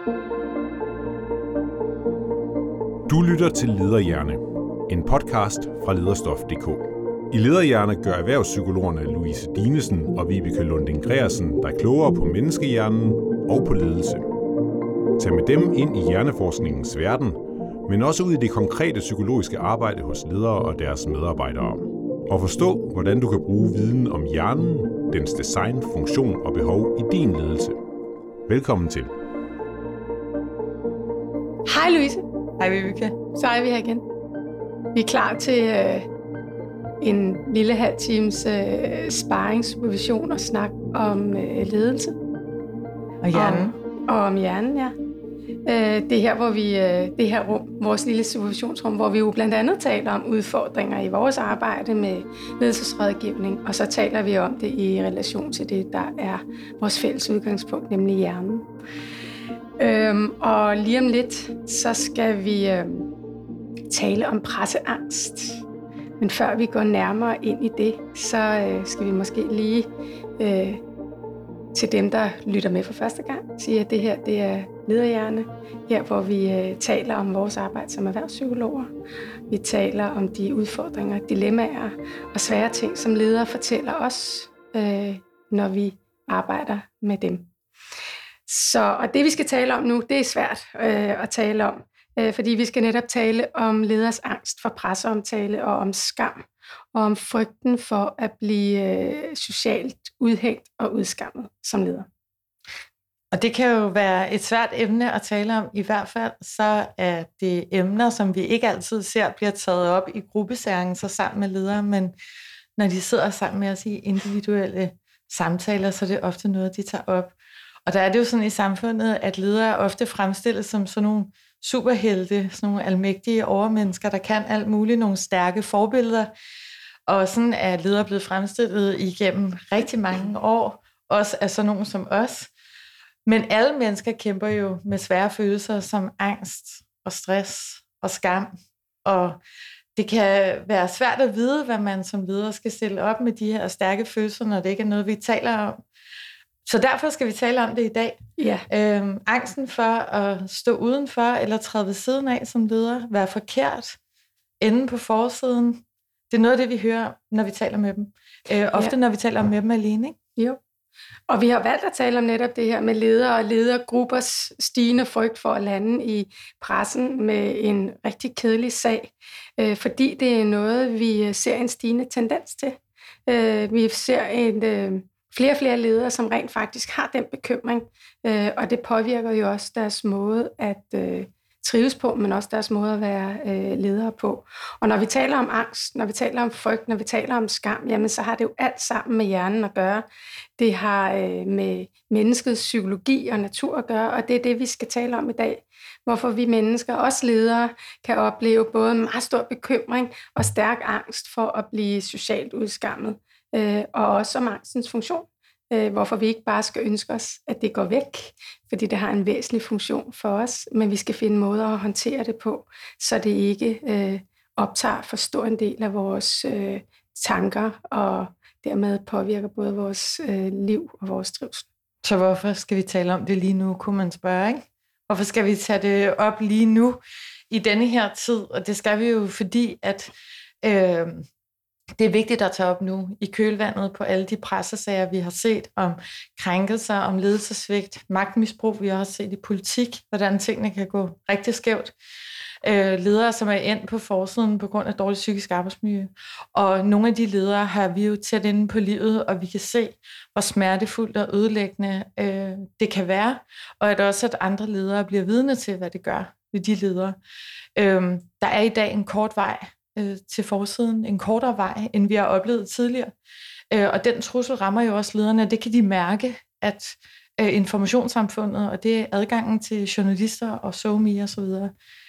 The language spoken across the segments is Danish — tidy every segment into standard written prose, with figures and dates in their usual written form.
Du lytter til Lederhjerne, en podcast fra Lederstof.dk. I Lederhjerne gør erhvervspsykologerne Louise Dinesen og Vibeke Lunding Gregersen dig klogere på menneskehjernen og på ledelse. Tag med dem ind i hjerneforskningens verden, men også ud i det konkrete psykologiske arbejde hos ledere og deres medarbejdere. Og forstå, hvordan du kan bruge viden om hjernen, dens design, funktion og behov i din ledelse. Velkommen til. Hej Louise. Hej Vibeke. Så er vi her igen. Vi er klar til en lille halv times sparring, supervision og snak om ledelse. Og hjernen. Og om hjernen, ja. Det er her, hvor vi, det her rum, vores lille supervisionsrum, hvor vi jo blandt andet taler om udfordringer i vores arbejde med ledelsesrådgivning, og så taler vi om det i relation til det, der er vores fælles udgangspunkt, nemlig hjernen. Og lige om lidt, så skal vi tale om presseangst. Men før vi går nærmere ind i det, så skal vi måske lige til dem, der lytter med for første gang, sige, at det her det er Lederhjerne. Her, hvor vi taler om vores arbejde som erhvervspsykologer. Vi taler om de udfordringer, dilemmaer og svære ting, som ledere fortæller os, når vi arbejder med dem. Og det, vi skal tale om nu, det er svært at tale om, fordi vi skal netop tale om leders angst for presseomtale og om skam, og om frygten for at blive socialt udhængt og udskammet som leder. Og det kan jo være et svært emne at tale om. I hvert fald så er det emner, som vi ikke altid ser bliver taget op i gruppeseancer sammen med ledere, men når de sidder sammen med os i individuelle samtaler, så er det ofte noget, de tager op. Og der er det jo sådan i samfundet, at ledere ofte fremstilles som sådan nogle superhelte, sådan nogle almægtige overmennesker, der kan alt muligt, nogle stærke forbilleder. Og sådan er ledere blevet fremstillet igennem rigtig mange år, også af sådan nogen som os. Men alle mennesker kæmper jo med svære følelser som angst og stress og skam. Og det kan være svært at vide, hvad man som leder skal stille op med de her stærke følelser, når det ikke er noget, vi taler om. Så derfor skal vi tale om det i dag. Ja. Angsten for at stå udenfor eller træde ved siden af som leder, være forkert, ende på forsiden. Det er noget af det, vi hører, når vi taler med dem. Ofte når vi taler med dem alene, ikke? Jo. Og vi har valgt at tale om netop det her med ledere og ledergruppers stigende frygt for at lande i pressen med en rigtig kedelig sag. Fordi det er noget, vi ser en stigende tendens til. Vi ser flere og flere ledere, som rent faktisk har den bekymring, og det påvirker jo også deres måde at trives på, men også deres måde at være ledere på. Og når vi taler om angst, når vi taler om frygt, når vi taler om skam, jamen så har det jo alt sammen med hjernen at gøre. Det har med menneskets psykologi og natur at gøre, og det er det, vi skal tale om i dag. Hvorfor vi mennesker, også ledere, kan opleve både meget stor bekymring og stærk angst for at blive socialt udskammet. Og også om angstens funktion. Hvorfor vi ikke bare skal ønske os, at det går væk, fordi det har en væsentlig funktion for os, men vi skal finde måder at håndtere det på, så det ikke optager for stor en del af vores tanker, og dermed påvirker både vores liv og vores trivsel. Så hvorfor skal vi tale om det lige nu, kunne man spørge, ikke? Hvorfor skal vi tage det op lige nu, i denne her tid? Og det skal vi jo, fordi at det er vigtigt at tage op nu i kølvandet på alle de pressesager, vi har set om krænkelser, om ledelsessvigt, magtmisbrug, vi har også set i politik, hvordan tingene kan gå rigtig skævt. Ledere, som er endt på forsiden på grund af dårligt psykisk arbejdsmiljø. Og nogle af de ledere har vi jo tæt inde på livet, og vi kan se, hvor smertefuldt og ødelæggende det kan være, og at også at andre ledere bliver vidne til, hvad det gør ved de ledere. Der er i dag en kort vej til forsiden, en kortere vej, end vi har oplevet tidligere. Og den trussel rammer jo også lederne, det kan de mærke, at informationssamfundet, og det er adgangen til journalister og SoMe og så videre,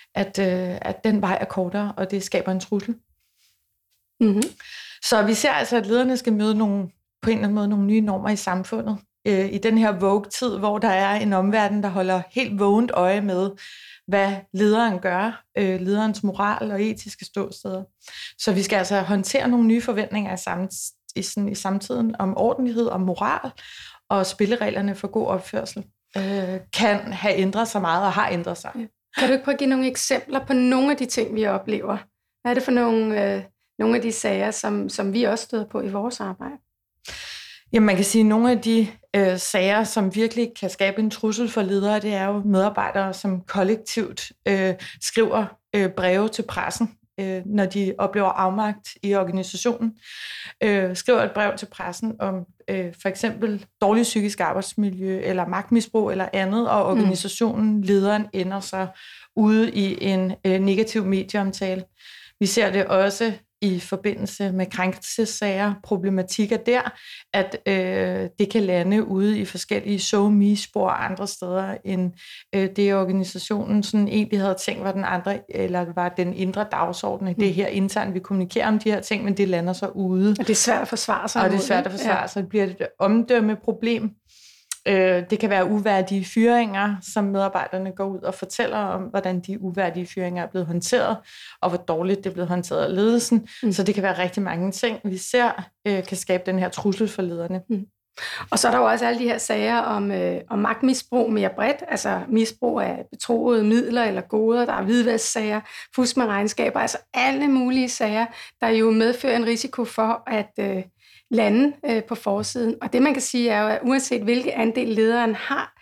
at den vej er kortere, og det skaber en trussel. Mm-hmm. Så vi ser altså, at lederne skal møde på en eller anden måde nogle nye normer i samfundet. I den her Vogue-tid, hvor der er en omverden, der holder helt vågent øje med, hvad lederen gør, lederens moral og etiske ståsteder. Så vi skal altså håndtere nogle nye forventninger i samtiden om ordentlighed og moral og spillereglerne for god opførsel. kan have ændret sig meget og har ændret sig. Ja. Kan du ikke prøve at give nogle eksempler på nogle af de ting, vi oplever? Hvad er det for nogle af de sager, som vi også støder på i vores arbejde? Jamen, man kan sige, at nogle af de sager, som virkelig kan skabe en trussel for ledere, det er jo medarbejdere, som kollektivt skriver breve til pressen, når de oplever afmagt i organisationen. Skriver et brev til pressen om for eksempel dårlig psykisk arbejdsmiljø eller magtmisbrug eller andet, og organisationen, lederen, ender så ude i en negativ medieomtale. Vi ser det også i forbindelse med krænkelsessager, problematikker der, at det kan lande ude i forskellige SoMe-spor andre steder, end det organisationen sådan egentlig havde tænkt var den andre, eller var den indre dagsorden. Det er her internt, vi kommunikerer om de her ting, men det lander så ude. Og det er svært at forsvare sig. Og det er svært at forsvare sig. Det bliver et omdømmeproblem. Det kan være uværdige fyringer, som medarbejderne går ud og fortæller om, hvordan de uværdige fyringer er blevet håndteret, og hvor dårligt det er blevet håndteret af ledelsen. Så det kan være rigtig mange ting, vi ser, kan skabe den her trussel for lederne. Og så er der jo også alle de her sager om magtmisbrug mere bredt, altså misbrug af betroede midler eller goder, der er hvidvasksager, fusk med regnskaber, altså alle mulige sager, der jo medfører en risiko for at lande på forsiden. Og det man kan sige er jo, at uanset hvilken andel lederen har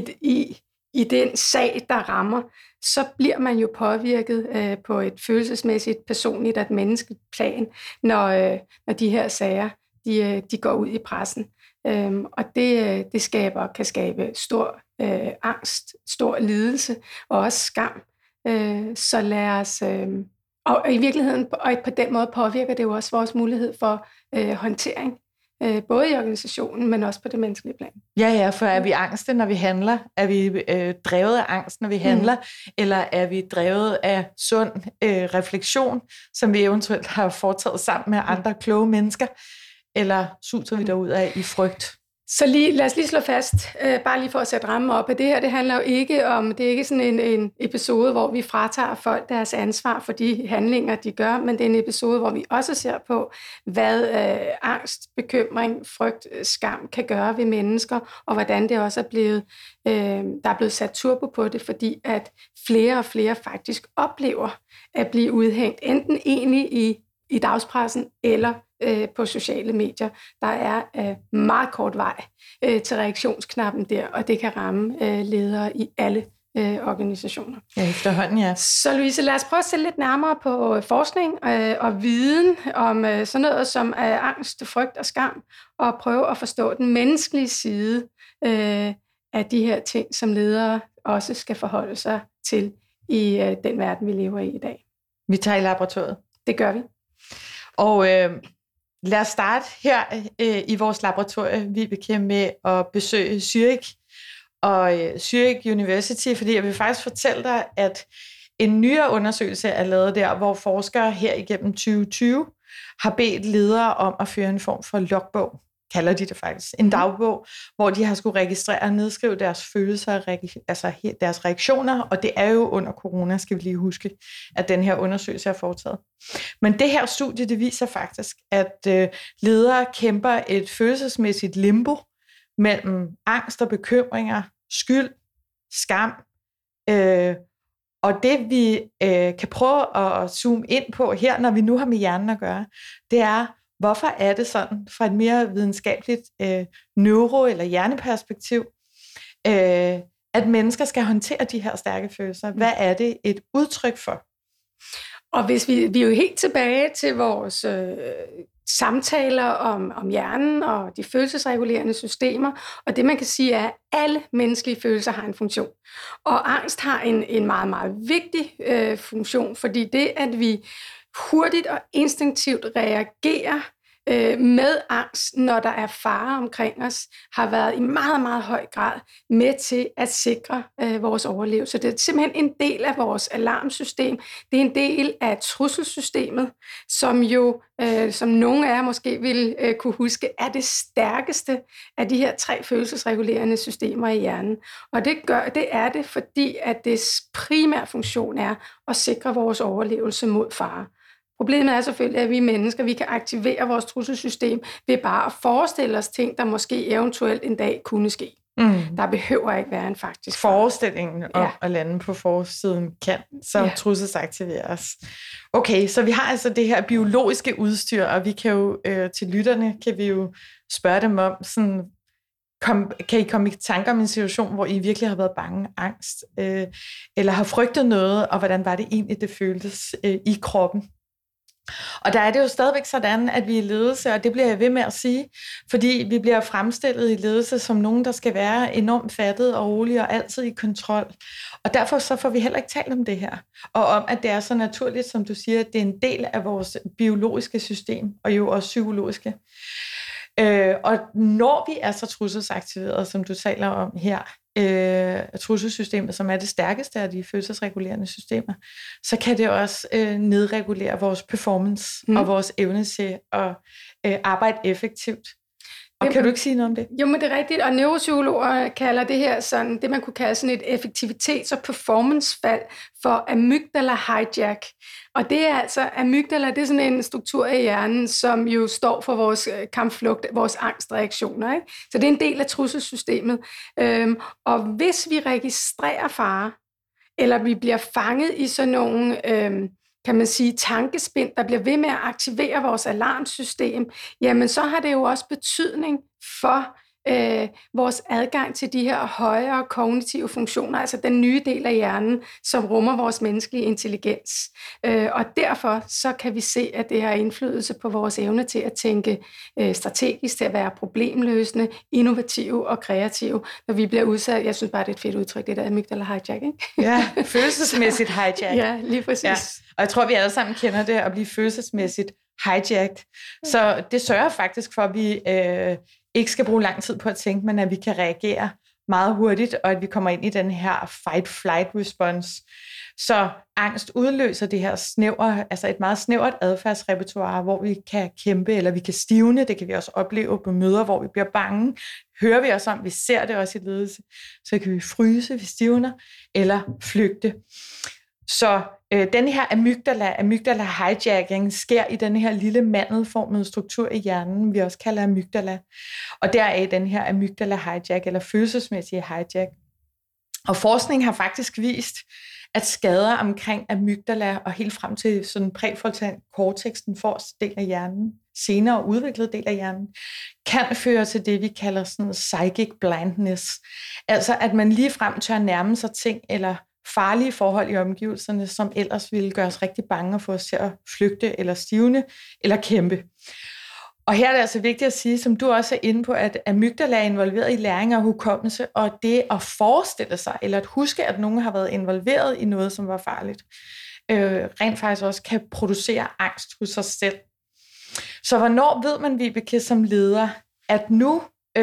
i den sag, der rammer, så bliver man jo påvirket på et følelsesmæssigt, personligt og et menneskeligt plan, når de her sager de går ud i pressen. Og det kan skabe stor angst, stor lidelse og også skam. Så lad os... Og i virkeligheden, og på den måde påvirker det jo også vores mulighed for håndtering, både i organisationen, men også på det menneskelige plan. Ja, for er vi angste, når vi handler? Er vi drevet af angst, når vi handler? Eller er vi drevet af sund refleksion, som vi eventuelt har foretaget sammen med andre kloge mennesker? Eller suser vi derud af i frygt? Så lad os lige slå fast, bare lige for at sætte rammen op, at det her, det handler jo ikke om, det er ikke sådan en episode, hvor vi fratager folk deres ansvar for de handlinger, de gør, men det er en episode, hvor vi også ser på, hvad angst, bekymring, frygt, skam kan gøre ved mennesker, og hvordan det også der er blevet sat turbo på det, fordi at flere og flere faktisk oplever at blive udhængt, enten egentlig i dagspressen eller på sociale medier. Der er meget kort vej til reaktionsknappen der, og det kan ramme ledere i alle organisationer. Ja, efterhånden, ja. Så Louise, lad os prøve at se lidt nærmere på forskning og viden om sådan noget som angst, frygt og skam, og prøve at forstå den menneskelige side af de her ting, som ledere også skal forholde sig til i den verden, vi lever i dag. Vi tager i laboratoriet. Det gør vi. Og lad os starte her i vores laboratorie, Vibeke, med at besøge Zürich og Zürich University, fordi jeg vil faktisk fortælle dig, at en nyere undersøgelse er lavet der, hvor forskere her igennem 2020 har bedt ledere om at føre en form for logbog, kalder de det faktisk, en dagbog, hvor de har skulle registrere og nedskrive deres følelser, altså deres reaktioner, og det er jo under corona, skal vi lige huske, at den her undersøgelse er foretaget. Men det her studie, det viser faktisk, at ledere kæmper et følelsesmæssigt limbo mellem angst og bekymringer, skyld, skam, og det vi kan prøve at zoome ind på her, når vi nu har med hjernen at gøre, det er, hvorfor er det sådan, fra et mere videnskabeligt neuro- eller hjerneperspektiv, at mennesker skal håndtere de her stærke følelser? Hvad er det et udtryk for? Og hvis vi er jo helt tilbage til vores samtaler om hjernen og de følelsesregulerende systemer, og det man kan sige er, at alle menneskelige følelser har en funktion. Og angst har en meget, meget vigtig funktion, fordi det, at vi hurtigt og instinktivt reagerer med angst, når der er fare omkring os, har været i meget, meget høj grad med til at sikre vores overlevelse. Det er simpelthen en del af vores alarmsystem. Det er en del af trusselssystemet, som jo, som nogle af jer måske vil kunne huske, er det stærkeste af de her 3 følelsesregulerende systemer i hjernen. Og det er det, fordi at dets primære funktion er at sikre vores overlevelse mod fare. Problemet er selvfølgelig, at vi mennesker, vi kan aktivere vores trusselsystem ved bare at forestille os ting, der måske eventuelt en dag kunne ske. Der behøver ikke være en faktisk forestillingen om at lande på forsiden kan så trusselsaktiveres. Okay, så vi har altså det her biologiske udstyr, og vi kan jo til lytterne kan vi jo spørge dem om sådan, kan I komme i tanker om en situation, hvor I virkelig har været bange, angst, eller har frygtet noget, og hvordan var det egentlig, det føltes i kroppen? Og der er det jo stadigvæk sådan, at vi er i ledelse, og det bliver jeg ved med at sige, fordi vi bliver fremstillet i ledelse som nogen, der skal være enormt fattet og rolig og altid i kontrol. Og derfor så får vi heller ikke talt om det her, og om, at det er så naturligt, som du siger, at det er en del af vores biologiske system, og jo også psykologiske. Og når vi er så trusselsaktiveret, som du taler om her, trusselsystemet, som er det stærkeste af de følelsesregulerende systemer, så kan det også nedregulere vores performance og vores evne til at arbejde effektivt. Og kan du ikke sige noget om det? Jo, men det er rigtigt, og neuropsykologer kalder det her sådan, det man kunne kalde sådan et effektivitets- og performancefald for amygdala hijack. Og det er altså, amygdala, det er sådan en struktur i hjernen, som jo står for vores kampflugt, vores angstreaktioner, ikke? Så det er en del af trusselssystemet. Og hvis vi registrerer fare, eller vi bliver fanget i sådan nogle kan man sige, tankespind, der bliver ved med at aktivere vores alarmsystem, jamen så har det jo også betydning for vores adgang til de her højere kognitive funktioner, altså den nye del af hjernen, som rummer vores menneskelige intelligens. Og derfor så kan vi se, at det har indflydelse på vores evne til at tænke strategisk, til at være problemløsende, innovative og kreative, når vi bliver udsat. Jeg synes bare, det er et fedt udtryk, det der amygdala hijack, ikke? Ja, følelsesmæssigt hijack. Ja, lige præcis. Ja. Og jeg tror, vi alle sammen kender det at blive følelsesmæssigt hijacked. Så det sørger faktisk for, at vi ikke skal bruge lang tid på at tænke, men at vi kan reagere meget hurtigt, og at vi kommer ind i den her fight-flight response. Så angst udløser det her altså et meget snævert adfærdsrepertoire, hvor vi kan kæmpe, eller vi kan stivne. Det kan vi også opleve på møder, hvor vi bliver bange. Hører vi også om, vi ser det også i ledelse, så kan vi fryse, vi stivner, eller flygte. Så den her amygdala hijacking sker i den her lille mandelformede struktur i hjernen, vi også kalder amygdala. Og deraf den her amygdala hijack, eller følelsesmæssige hijack. Og forskning har faktisk vist, at skader omkring amygdala og helt frem til sådan præfrontal cortex, den forreste del af hjernen, senere udviklet del af hjernen, kan føre til det, vi kalder sådan psychic blindness. Altså at man lige frem tør nærme sig ting eller farlige forhold i omgivelserne, som ellers ville gøre os rigtig bange og få os til at flygte eller stivne eller kæmpe. Og her er det altså vigtigt at sige, som du også er inde på, at amygdala er involveret i læring og hukommelse, og det at forestille sig, eller at huske, at nogen har været involveret i noget, som var farligt, rent faktisk også kan producere angst hos sig selv. Så hvornår ved man, Vibeke, som leder, at nu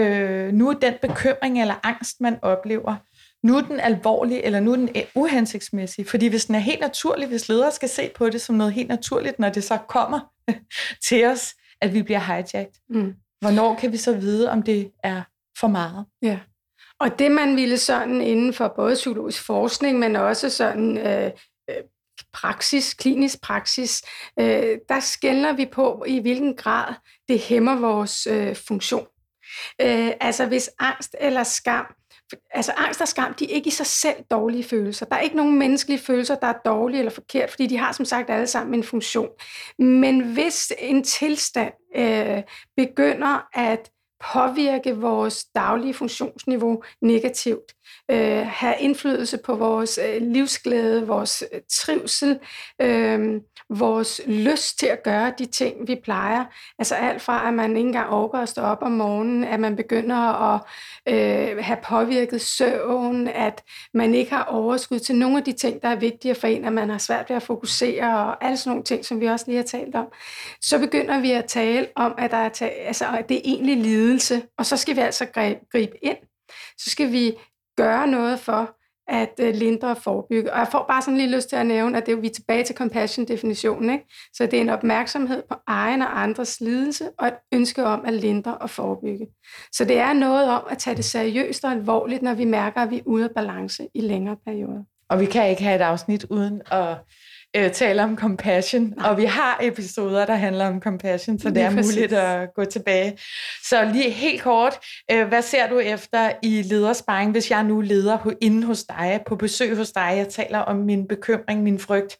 er den bekymring eller angst, man oplever, nu er den alvorlig, eller nu er den uhensigtsmæssig? Fordi hvis den er helt naturlig, hvis ledere skal se på det som noget helt naturligt, når det så kommer til os, at vi bliver hijacked. Hvornår kan vi så vide, om det er for meget? Ja, og det man ville sådan inden for både psykologisk forskning, men også sådan praksis, klinisk praksis, der skelner vi på, i hvilken grad det hæmmer vores funktion. Altså hvis angst eller skam, altså angst og skam, de er ikke i sig selv dårlige følelser. Der er ikke nogen menneskelige følelser, der er dårlige eller forkert, fordi de har som sagt alle sammen en funktion. Men hvis en tilstand begynder at påvirke vores daglige funktionsniveau negativt, have indflydelse på vores livsglæde, vores trivsel, vores lyst til at gøre de ting, vi plejer. Altså alt fra, at man ikke engang orker at stå op om morgenen, at man begynder at have påvirket søvn, at man ikke har overskud til nogle af de ting, der er vigtige for en, at man har svært ved at fokusere, og alle sådan nogle ting, som vi også lige har talt om. Så begynder vi at tale om, at at det er egentlig lidelse, og så skal vi altså gribe ind. Så skal vi gøre noget for at lindre og forebygge. Og jeg får bare sådan lige lyst til at nævne, at det er vi er tilbage til compassion-definitionen, ikke? Så det er en opmærksomhed på egen og andres lidelse, og et ønske om at lindre og forebygge. Så det er noget om at tage det seriøst og alvorligt, når vi mærker, at vi er ude af balance i længere perioder. Og vi kan ikke have et afsnit uden at tale om compassion, og vi har episoder, der handler om compassion, så det er muligt at gå tilbage. Så lige helt kort, hvad ser du efter i ledersparring, hvis jeg nu leder inde hos dig, på besøg hos dig, jeg taler om min bekymring, min frygt.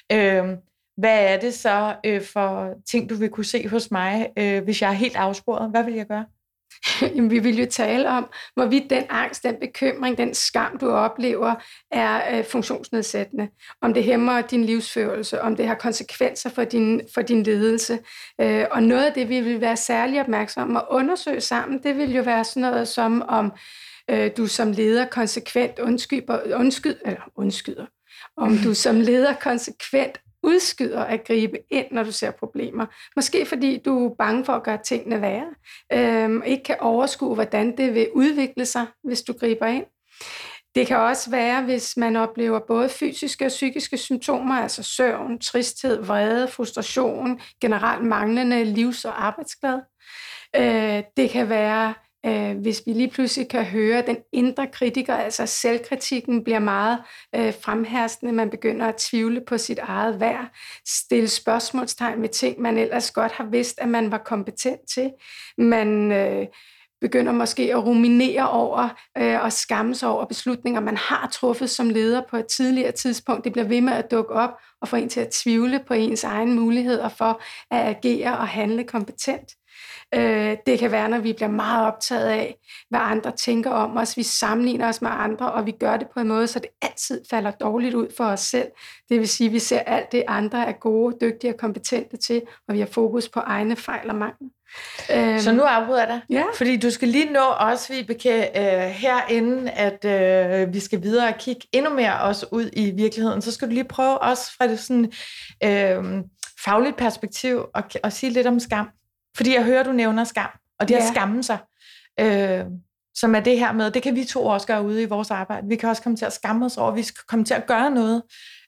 Hvad er det så for ting, du vil kunne se hos mig, hvis jeg er helt afsporet? Hvad vil jeg gøre? Jamen, vi vil jo tale om, hvorvidt den angst, den bekymring, den skam, du oplever, er funktionsnedsættende. Om det hæmmer din livsførelse, om det har konsekvenser for din ledelse. Og noget af det, vi vil være særlig opmærksomme og undersøge sammen, det vil jo være sådan noget som, om du som leder konsekvent udskyder. Om du som leder konsekvent udskyder at gribe ind, når du ser problemer. Måske fordi du er bange for at gøre tingene værre. Ikke kan overskue, hvordan det vil udvikle sig, hvis du griber ind. Det kan også være, hvis man oplever både fysiske og psykiske symptomer, altså søvn, tristhed, vrede, frustration, generelt manglende livs- og arbejdsglæde. Det kan være, hvis vi lige pludselig kan høre den indre kritiker, altså selvkritikken bliver meget fremherskende, man begynder at tvivle på sit eget værd, stille spørgsmålstegn ved ting, man ellers godt har vidst, at man var kompetent til. Man begynder måske at ruminere over og skamme sig over beslutninger, man har truffet som leder på et tidligere tidspunkt. Det bliver ved med at dukke op og få en til at tvivle på ens egne muligheder for at agere og handle kompetent. Det kan være, når vi bliver meget optaget af, hvad andre tænker om os. Vi sammenligner os med andre, og vi gør det på en måde, så det altid falder dårligt ud for os selv. Det vil sige, at vi ser alt det, andre er gode, dygtige og kompetente til, og vi har fokus på egne fejl og mangler. Så nu afbryder jeg dig, ja. Fordi du skal lige nå også, Vibeke, herinde, at vi skal videre og kigge endnu mere også ud i virkeligheden. Så skal du lige prøve også fra det sådan fagligt perspektiv at sige lidt om skam. Fordi jeg hører, du nævner skam, og det at skamme sig, som er det her med, det kan vi to også gøre ude i vores arbejde. Vi kan også komme til at skamme os over, vi skal komme til at gøre noget,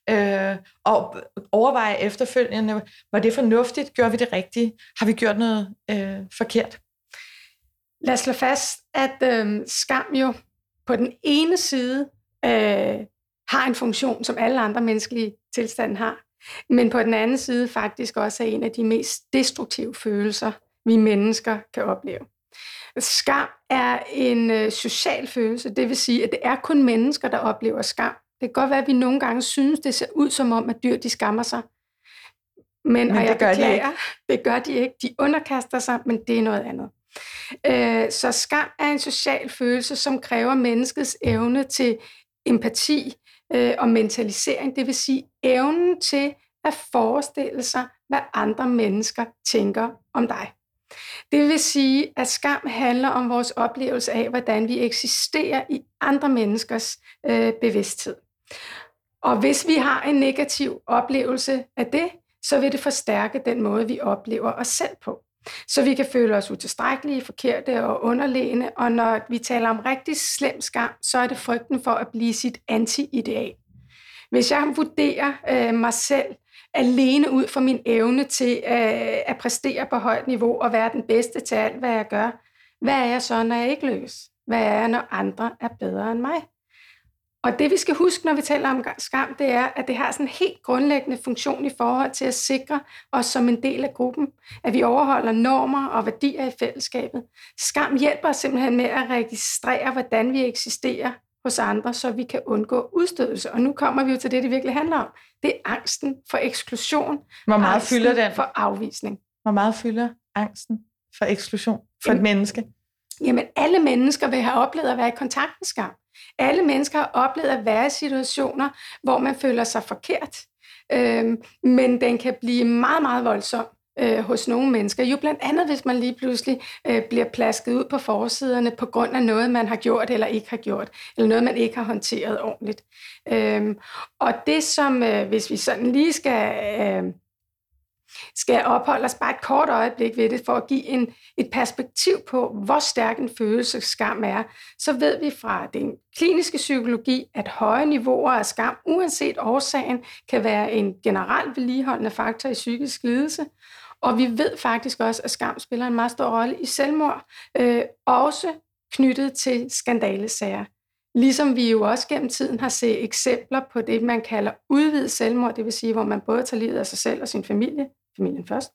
og overveje efterfølgende, var det fornuftigt, gjorde vi det rigtigt, har vi gjort noget forkert? Lad os slå fast, at skam jo på den ene side har en funktion, som alle andre menneskelige tilstande har, men på den anden side faktisk også er en af de mest destruktive følelser, vi mennesker kan opleve. Skam er en social følelse, det vil sige, at det er kun mennesker, der oplever skam. Det kan godt være, at vi nogle gange synes, det ser ud som om, at dyr de skammer sig. Men og jeg beklager, det gør de ikke. De underkaster sig, men det er noget andet. Så skam er en social følelse, som kræver menneskets evne til empati og mentalisering, det vil sige evnen til at forestille sig, hvad andre mennesker tænker om dig. Det vil sige, at skam handler om vores oplevelse af, hvordan vi eksisterer i andre menneskers bevidsthed. Og hvis vi har en negativ oplevelse af det, så vil det forstærke den måde, vi oplever os selv på. Så vi kan føle os utilstrækkelige, forkerte og underlegne, og når vi taler om rigtig slem skam, så er det frygten for at blive sit anti-ideal. Hvis jeg vurderer mig selv alene ud fra min evne til at præstere på højt niveau og være den bedste til alt, hvad jeg gør, hvad er jeg så, når jeg ikke lykkes? Hvad er jeg, når andre er bedre end mig? Og det vi skal huske, når vi taler om skam, det er, at det har sådan en helt grundlæggende funktion i forhold til at sikre os som en del af gruppen, at vi overholder normer og værdier i fællesskabet. Skam hjælper os simpelthen med at registrere, hvordan vi eksisterer hos andre, så vi kan undgå udstødelse. Og nu kommer vi jo til det, det virkelig handler om. Det er angsten for eksklusion. Hvor meget fylder den? For afvisning. Hvor meget fylder angsten for eksklusion for et menneske? Jamen, alle mennesker vil have oplevet at være i kontakt med skam. Alle mennesker har oplevet at være i situationer, hvor man føler sig forkert. Men den kan blive meget, meget voldsom hos nogle mennesker. Jo blandt andet, hvis man lige pludselig bliver plasket ud på forsiderne på grund af noget, man har gjort eller ikke har gjort, eller noget, man ikke har håndteret ordentligt. Og det som, hvis vi sådan lige skal opholde os bare et kort øjeblik ved det, for at give et perspektiv på, hvor stærk en følelse skam er, så ved vi fra den kliniske psykologi, at høje niveauer af skam, uanset årsagen, kan være en generelt vedligeholdende faktor i psykisk lidelse. Og vi ved faktisk også, at skam spiller en meget stor rolle i selvmord, også knyttet til skandalesager. Ligesom vi jo også gennem tiden har set eksempler på det, man kalder udvidet selvmord, det vil sige, hvor man både tager livet af sig selv og sin familien først,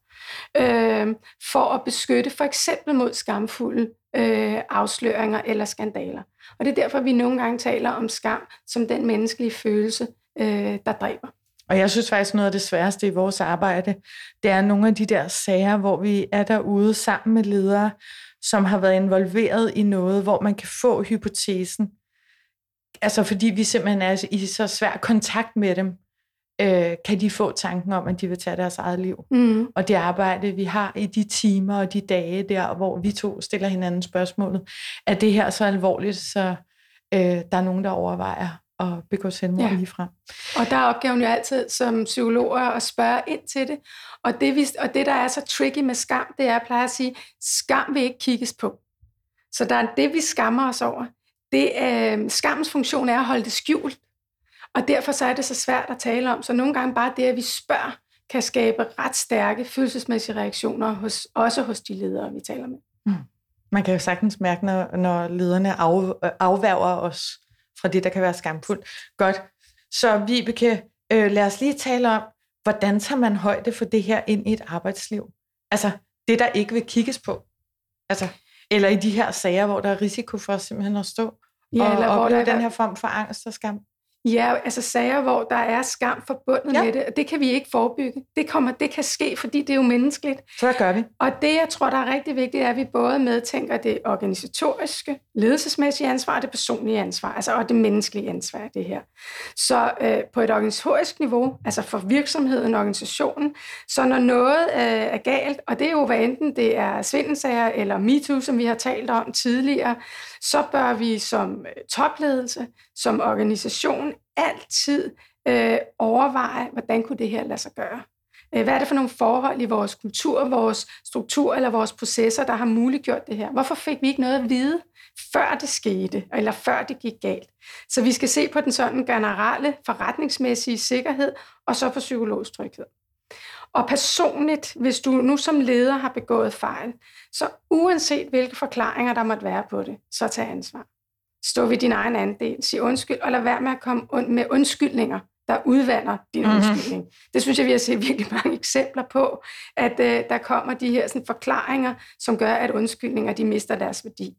for at beskytte for eksempel mod skamfulde afsløringer eller skandaler. Og det er derfor, vi nogle gange taler om skam som den menneskelige følelse, der dræber. Og jeg synes faktisk, noget af det sværeste i vores arbejde, det er nogle af de der sager, hvor vi er derude sammen med ledere, som har været involveret i noget, hvor man kan få hypotesen. Altså fordi vi simpelthen er i så svær kontakt med dem, kan de få tanken om, at de vil tage deres eget liv. Mm. Og det arbejde, vi har i de timer og de dage der, hvor vi to stiller hinanden spørgsmålet, er det her så alvorligt, så der er nogen, der overvejer at begå selvmord lige frem. Og der er opgaven jo altid som psykologer at spørge ind til det. Og det, der er så tricky med skam, det er, jeg plejer at sige, skam vil ikke kigges på. Så der er det, vi skammer os over. Skammens funktion er at holde det skjult. Og derfor så er det så svært at tale om. Så nogle gange bare det, at vi spørger, kan skabe ret stærke følelsesmæssige reaktioner, også hos de ledere, vi taler med. Mm. Man kan jo sagtens mærke, når lederne afværger os fra det, der kan være skamfuldt. Godt. Så Vibeke, lad os lige tale om, hvordan tager man højde for det her ind i et arbejdsliv? Altså, det der ikke vil kigges på. Altså, eller i de her sager, hvor der er risiko for simpelthen at stå og opleve den her form for angst og skam. Ja, altså sager, hvor der er skam forbundet med det, og det kan vi ikke forebygge. Det kan ske, fordi det er jo menneskeligt. Så hvad gør vi? Og det, jeg tror, der er rigtig vigtigt, er, at vi både medtænker det organisatoriske, ledelsesmæssige ansvar og det personlige ansvar, altså og det menneskelige ansvar, det her. Så på et organisatorisk niveau, altså for virksomheden og organisationen, så når noget er galt, og det er jo hvad enten det er svindelsager eller MeToo, som vi har talt om tidligere, så bør vi som topledelse, som organisation, altid overveje, hvordan kunne det her lade sig gøre. Hvad er det for nogle forhold i vores kultur, vores struktur eller vores processer, der har muliggjort det her? Hvorfor fik vi ikke noget at vide, før det skete, eller før det gik galt? Så vi skal se på den sådan generelle forretningsmæssige sikkerhed, og så på psykologisk tryghed. Og personligt, hvis du nu som leder har begået fejl, så uanset hvilke forklaringer der måtte være på det, så tag ansvar. Stå ved din egen andel, sig undskyld, og lad være med at komme med undskyldninger, der udvander din undskyldning. Det synes jeg, vi har set virkelig mange eksempler på, at der kommer de her sådan, forklaringer, som gør, at undskyldninger de mister deres værdi.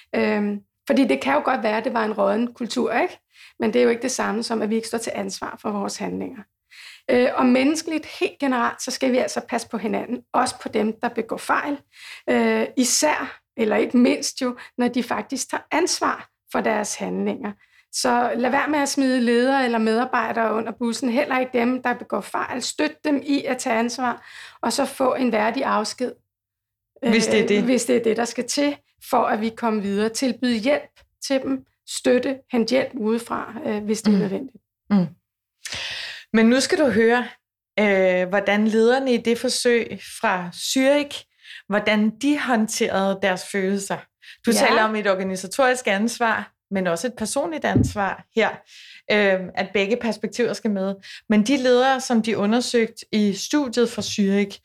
Fordi det kan jo godt være, at det var en rådden kultur, ikke? Men det er jo ikke det samme som, at vi ikke står til ansvar for vores handlinger. Og menneskeligt helt generelt, så skal vi altså passe på hinanden, også på dem, der begår fejl. Især, eller ikke mindst jo, når de faktisk tager ansvar for deres handlinger. Så lad være med at smide ledere eller medarbejdere under bussen, heller ikke dem, der begår fejl. Støt dem i at tage ansvar, og så få en værdig afsked, hvis det er det, der skal til, for at vi kommer videre. Tilbyde hjælp til dem, hente hjælp udefra, hvis det er nødvendigt. Mm. Men nu skal du høre, hvordan lederne i det forsøg fra Zürich, hvordan de håndterede deres følelser. Du taler om et organisatorisk ansvar, men også et personligt ansvar her, at begge perspektiver skal med. Men de ledere, som de undersøgte i studiet fra Zürich,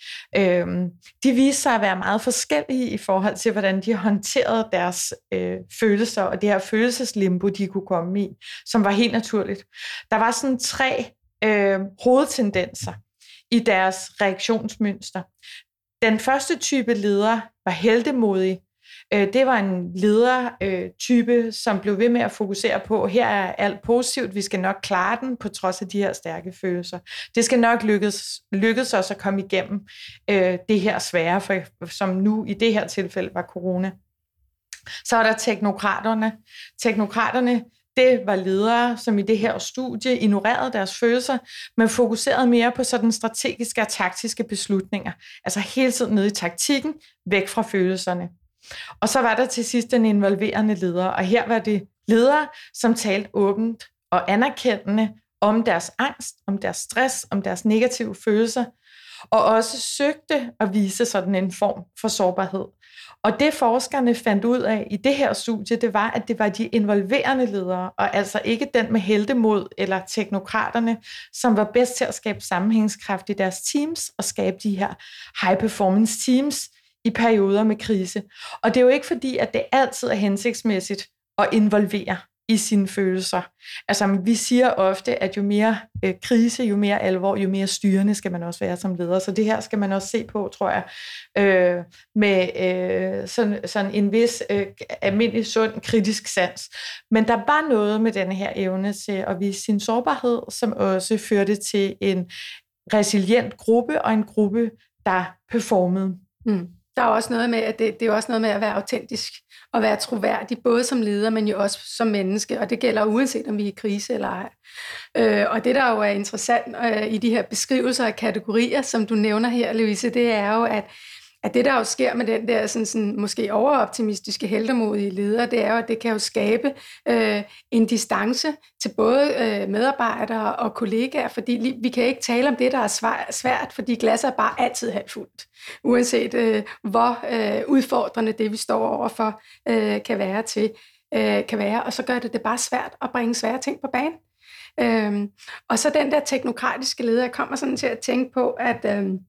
de viste sig at være meget forskellige i forhold til, hvordan de håndterede deres følelser, og det her følelseslimbo, de kunne komme i, som var helt naturligt. Der var sådan 3 hovedtendenser i deres reaktionsmønster. Den første type leder var heltemodig. Det var en ledertype, som blev ved med at fokusere på, her er alt positivt, vi skal nok klare den, på trods af de her stærke følelser. Det skal nok lykkes os at komme igennem det her svære, som nu i det her tilfælde var corona. Så var der teknokraterne. Teknokraterne, det var ledere, som i det her studie ignorerede deres følelser, men fokuserede mere på sådan strategiske og taktiske beslutninger. Altså hele tiden nede i taktikken, væk fra følelserne. Og så var der til sidst den involverende leder, og her var det ledere, som talte åbent og anerkendende om deres angst, om deres stress, om deres negative følelser, og også søgte at vise sådan en form for sårbarhed. Og det forskerne fandt ud af i det her studie, det var, at det var de involverende ledere, og altså ikke den med heltemod eller teknokraterne, som var bedst til at skabe sammenhængskraft i deres teams og skabe de her high performance teams i perioder med krise. Og det er jo ikke fordi, at det altid er hensigtsmæssigt at involvere. i sine følelser. Altså, vi siger ofte, at jo mere krise, jo mere alvor, jo mere styrende skal man også være som leder. Så det her skal man også se på, tror jeg, med sådan en vis almindelig sund kritisk sans. Men der var noget med denne her evne til at vise sin sårbarhed, som også førte til en resilient gruppe, og en gruppe, der performede. Der er også noget med, at det er også noget med at være autentisk og være troværdig, både som leder, men jo også som menneske, og det gælder uanset om vi er i krise eller ej. Og det, der jo er interessant i de her beskrivelser af kategorier, som du nævner her, Louise, det er jo, at det, der jo sker med den der sådan måske overoptimistiske, heltemodige leder, det er jo, at det kan jo skabe en distance til både medarbejdere og kollegaer, fordi vi kan ikke tale om det, der er svært, fordi glasset er bare altid halvt fuldt, uanset hvor udfordrende det, vi står overfor, kan være, og så gør det bare svært at bringe svære ting på banen. Og så den der teknokratiske leder, jeg kommer sådan til at tænke på, at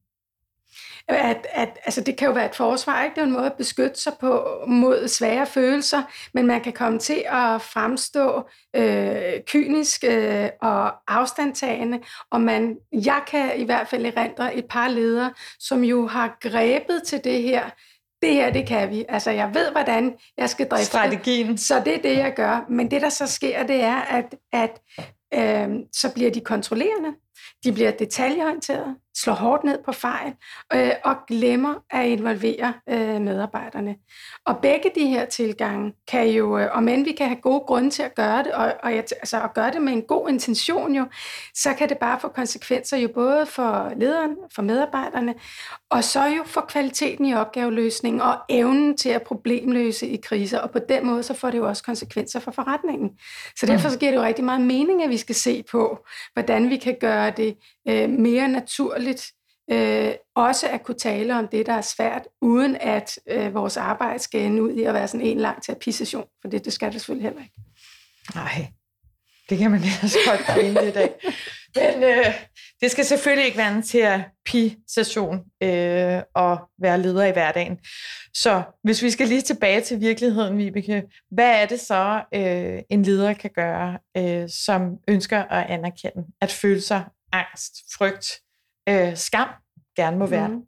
altså det kan jo være et forsvar, ikke? Det er jo en måde at beskytte sig på mod svære følelser, men man kan komme til at fremstå kynisk og afstandtagende, og jeg kan i hvert fald erindre et par ledere, som jo har grebet til det her, det kan vi. Altså, jeg ved, hvordan jeg skal drifte strategien. Så det er det, jeg gør. Men det, der så sker, det er, at så bliver de kontrollerende, de bliver detaljeorienteret, slår hårdt ned på fejl og glemmer at involvere medarbejderne. Og begge de her tilgange kan jo, om end vi kan have gode grunde til at gøre det, og at gøre det med en god intention jo, så kan det bare få konsekvenser jo både for lederen, for medarbejderne, og så jo for kvaliteten i opgaveløsningen og evnen til at problemløse i kriser. Og på den måde så får det jo også konsekvenser for forretningen. Så derfor så giver det jo rigtig meget mening, at vi skal se på, hvordan vi kan gøre det mere naturligt, også at kunne tale om det, der er svært, uden at vores arbejde skal ende ud i at være sådan en lang terapisession, for det skal det selvfølgelig heller ikke. Nej, det kan man ellers godt grine lidt af. Men det skal selvfølgelig ikke være en terapisession at være leder i hverdagen. Så hvis vi skal lige tilbage til virkeligheden, Vibeke, hvad er det så, en leder kan gøre, som ønsker at anerkende, at følelser, angst, frygt, skam gerne må være?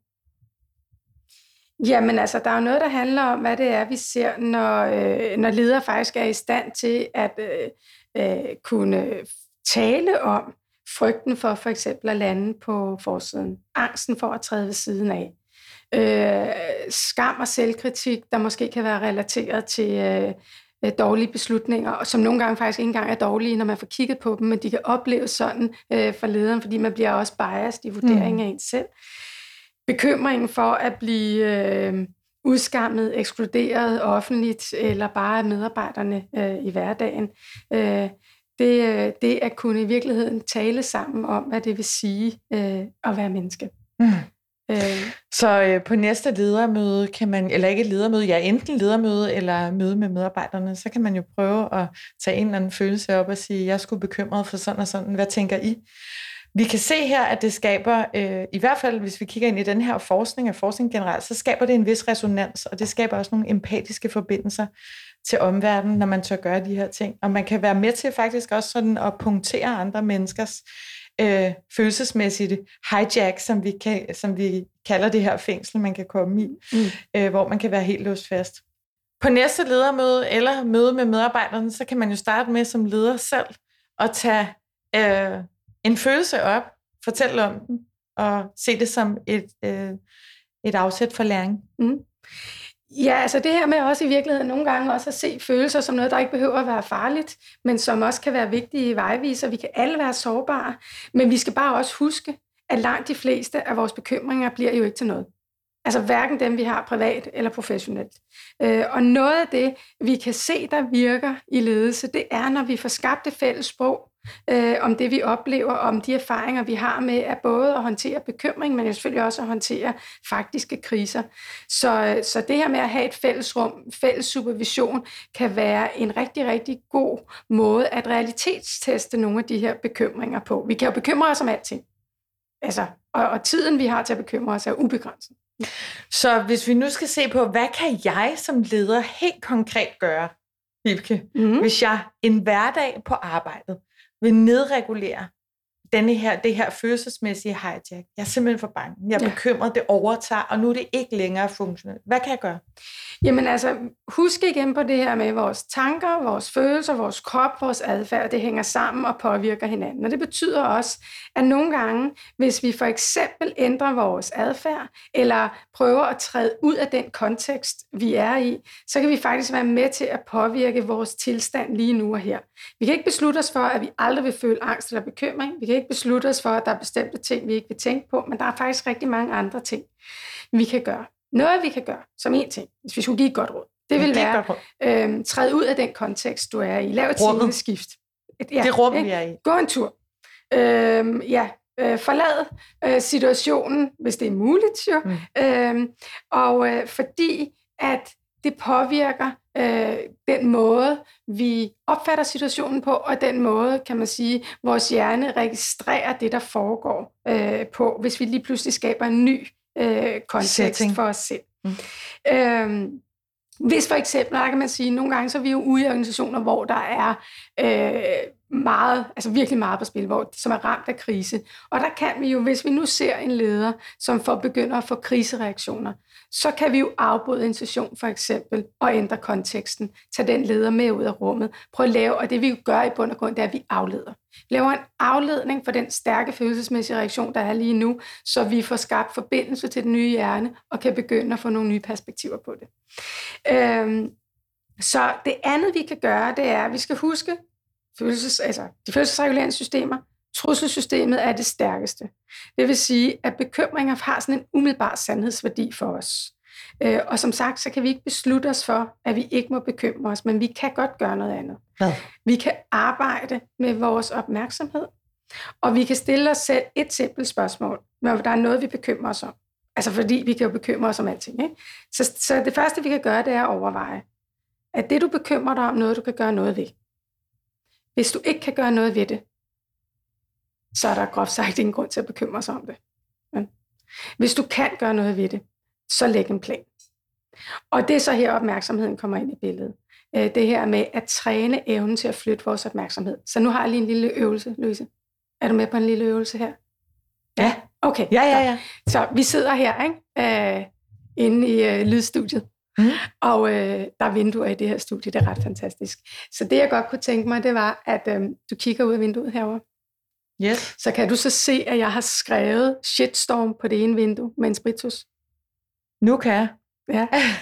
Jamen altså, der er jo noget, der handler om, hvad det er, vi ser, når ledere faktisk er i stand til at kunne tale om frygten for eksempel at lande på forsiden, angsten for at træde ved siden af, skam og selvkritik, der måske kan være relateret til dårlige beslutninger, og som nogle gange faktisk ikke engang er dårlige, når man får kigget på dem, men de kan opleves sådan for lederen, fordi man bliver også biased i vurderingen af ens selv. Bekymringen for at blive udskammet, ekskluderet offentligt, eller bare af medarbejderne i hverdagen. Det at kunne i virkeligheden tale sammen om, hvad det vil sige at være menneske. Så på næste ledermøde kan man, eller ikke ledermøde, ja, enten ledermøde eller møde med medarbejderne, så kan man jo prøve at tage en eller anden følelse op og sige, jeg er sgu bekymret for sådan og sådan, hvad tænker I? Vi kan se her, at det skaber, i hvert fald hvis vi kigger ind i den her forskning og forskning generelt, så skaber det en vis resonans, og det skaber også nogle empatiske forbindelser til omverdenen, når man tør gøre de her ting. Og man kan være med til faktisk også sådan at punktere andre menneskers følelsesmæssige hijack, som vi kalder det her fængsel, man kan komme i, hvor man kan være helt låst fast. På næste ledermøde eller møde med medarbejderne, så kan man jo starte med som leder selv at tage en følelse op, fortælle om den, og se det som et afsæt for læring. Ja, altså det her med også i virkeligheden nogle gange også at se følelser som noget, der ikke behøver at være farligt, men som også kan være vigtige vejviser. Vi kan alle være sårbare, men vi skal bare også huske, at langt de fleste af vores bekymringer bliver jo ikke til noget. Altså hverken dem, vi har privat eller professionelt. Og noget af det, vi kan se, der virker i ledelse, det er, når vi får skabt et fælles sprog om det, vi oplever, om de erfaringer, vi har med at både at håndtere bekymring, men selvfølgelig også at håndtere faktiske kriser. Så det her med at have et fælles rum, fælles supervision, kan være en rigtig, rigtig god måde at realitetsteste nogle af de her bekymringer på. Vi kan jo bekymre os om alting. Altså, og tiden, vi har til at bekymre os, er ubegrænset. Så hvis vi nu skal se på, hvad kan jeg som leder helt konkret gøre Vibeke, hvis jeg en hverdag på arbejdet vil nedregulere det her følelsesmæssige hijack. Jeg er simpelthen for bange. Jeg er bekymret, det overtager, og nu er det ikke længere funktionelt. Hvad kan jeg gøre? Jamen altså, husk igen på det her med vores tanker, vores følelser, vores krop, vores adfærd, det hænger sammen og påvirker hinanden. Og det betyder også, at nogle gange, hvis vi for eksempel ændrer vores adfærd, eller prøver at træde ud af den kontekst, vi er i, så kan vi faktisk være med til at påvirke vores tilstand lige nu og her. Vi kan ikke beslutte os for, at vi aldrig vil føle angst eller bekymring. Vi kan ikke beslutte os for, at der er bestemte ting, vi ikke vil tænke på, men der er faktisk rigtig mange andre ting, vi kan gøre. Noget, vi kan gøre, som en ting, hvis vi skulle give et godt råd, det vil være, træde ud af den kontekst, du er i. Lav et tidsskift. Det rum, vi er i. Gå en tur. Forlad situationen, hvis det er muligt, jo. Fordi at det påvirker den måde, vi opfatter situationen på, og den måde, kan man sige, vores hjerne registrerer det, der foregår på, hvis vi lige pludselig skaber en ny kontekst for os selv. Hvis for eksempel, der kan man sige, nogle gange så er vi jo ude i organisationer, hvor der er meget, altså virkelig meget på spil, som er ramt af krise. Og der kan vi jo, hvis vi nu ser en leder, som begynder at få krisereaktioner, så kan vi jo afbryde en session for eksempel, og ændre konteksten, tage den leder med ud af rummet, prøve at lave, og det vi jo gør i bund og grund, det er, at vi afleder. Vi laver en afledning for den stærke følelsesmæssige reaktion, der er lige nu, så vi får skabt forbindelse til den nye hjerne, og kan begynde at få nogle nye perspektiver på det. Så det andet, vi kan gøre, det er, at vi skal huske, de følelsesregulerende systemer, trusselssystemet er det stærkeste. Det vil sige, at bekymringer har sådan en umiddelbar sandhedsværdi for os. Og som sagt, så kan vi ikke beslutte os for, at vi ikke må bekymre os, men vi kan godt gøre noget andet. Hvad? Vi kan arbejde med vores opmærksomhed, og vi kan stille os selv et simpelt spørgsmål, når der er noget, vi bekymrer os om. Altså fordi vi kan jo bekymre os om alting. Ikke? Så det første, vi kan gøre, det er at overveje, at det, du bekymrer dig om, noget, du kan gøre noget ved. Hvis du ikke kan gøre noget ved det, så er der groft sagt ingen grund til at bekymre sig om det. Men hvis du kan gøre noget ved det, så læg en plan. Og det er så her, opmærksomheden kommer ind i billedet. Det her med at træne evnen til at flytte vores opmærksomhed. Så nu har jeg lige en lille øvelse, Louise. Er du med på en lille øvelse her? Ja. Okay. Ja. Så vi sidder her, ikke? Inde i lydstudiet. Og der er vinduer i det her studie, det er ret fantastisk. Så det, jeg godt kunne tænke mig, det var, at du kigger ud af vinduet herovre. Yes. Så kan du så se, at jeg har skrevet shitstorm på det ene vindue med en spritus. Nu kan jeg. Ja.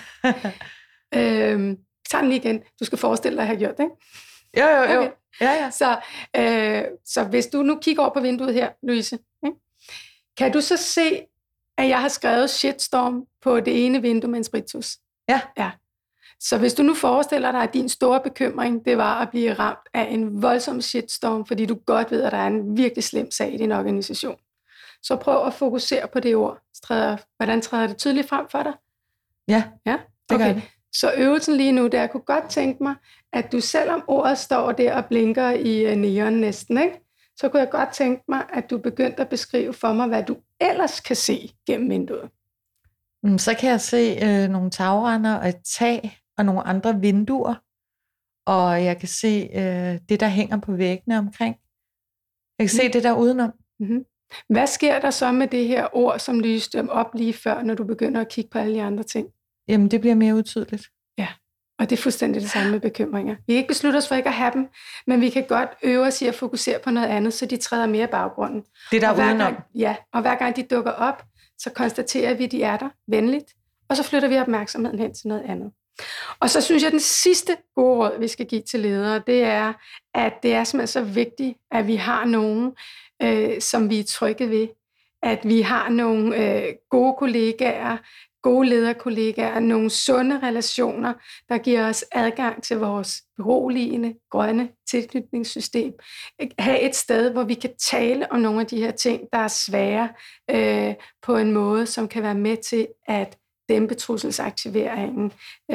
Tag den lige igen. Du skal forestille dig at have gjort det, ikke? Jo. Okay. Ja. Så hvis du nu kigger over på vinduet her, Louise, ikke? Kan du så se, at jeg har skrevet shitstorm på det ene vindue med en spritus? Ja. Så hvis du nu forestiller dig, at din store bekymring, det var at blive ramt af en voldsom shitstorm, fordi du godt ved, at der er en virkelig slem sag i din organisation, så prøv at fokusere på det ord. Hvordan træder det tydeligt frem for dig? Ja, det gør det. Så øvelsen lige nu, der kunne godt tænke mig, at du selvom ordet står der og blinker i neon næsten, ikke? Så kunne jeg godt tænke mig, at du begyndte at beskrive for mig, hvad du ellers kan se gennem vinduet. Så kan jeg se nogle tagrender og et tag og nogle andre vinduer, og jeg kan se det, der hænger på væggene omkring. Jeg kan se det der udenom. Mm-hmm. Hvad sker der så med det her ord, som lyste op lige før, når du begynder at kigge på alle de andre ting? Jamen, det bliver mere utydeligt. Ja, og det er fuldstændig det samme med bekymringer. Vi kan ikke beslutte os for ikke at have dem, men vi kan godt øve os i at fokusere på noget andet, så de træder mere i baggrunden. Det der udenom. Og hver gang de dukker op, så konstaterer vi, at de er der venligt, og så flytter vi opmærksomheden hen til noget andet. Og så synes jeg, at den sidste gode råd, vi skal give til ledere, det er, at det er simpelthen så vigtigt, at vi har nogen, som vi er trygge ved. At vi har nogle gode kollegaer, gode lederkollegaer, nogle sunde relationer, der giver os adgang til vores beroligende, grønne tilknytningssystem. Have et sted, hvor vi kan tale om nogle af de her ting, der er svære, på en måde, som kan være med til at dæmpe trusselsaktiveringen,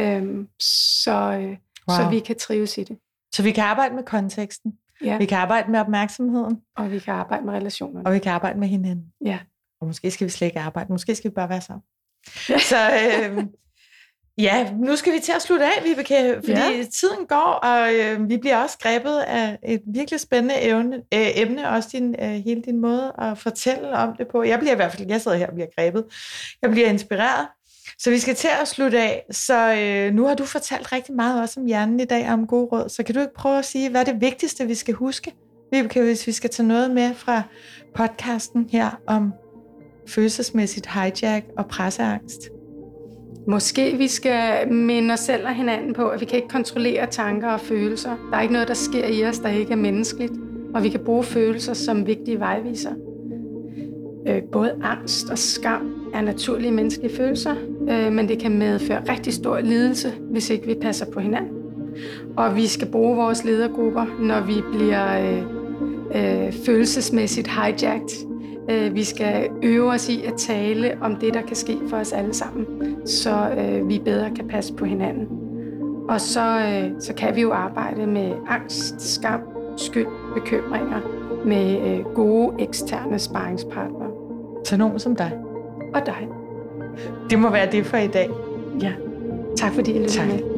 så vi kan trives i det. Så vi kan arbejde med konteksten, vi kan arbejde med opmærksomheden, og vi kan arbejde med relationerne. Og vi kan arbejde med hinanden. Ja. Og måske skal vi slet ikke arbejde, måske skal vi bare være sammen. Ja. Så Ja, nu skal vi til at slutte af, Vibeke, fordi tiden går, og vi bliver også grebet af et virkelig spændende emne, også hele din måde at fortælle om det på. Jeg sidder her og bliver grebet. Jeg bliver inspireret. Så vi skal til at slutte af. Så nu har du fortalt rigtig meget også om hjernen i dag, om gode råd. Så kan du ikke prøve at sige, hvad er det vigtigste, vi skal huske, Vibeke, hvis vi skal tage noget med fra podcasten her om følelsesmæssigt hijack og presseangst? Måske vi skal minde os selv og hinanden på, at vi kan ikke kontrollere tanker og følelser. Der er ikke noget, der sker i os, der ikke er menneskeligt. Og vi kan bruge følelser som vigtige vejviser. Både angst og skam er naturlige menneskelige følelser, men det kan medføre rigtig stor lidelse, hvis ikke vi passer på hinanden. Og vi skal bruge vores ledergrupper, når vi bliver følelsesmæssigt hijacked. Vi skal øve os i at tale om det, der kan ske for os alle sammen, så vi bedre kan passe på hinanden. Og så kan vi jo arbejde med angst, skam, skyld, bekymringer med gode eksterne sparringspartnere. Så nogen som dig. Og dig. Det må være det for i dag. Ja. Tak fordi I lyttede med.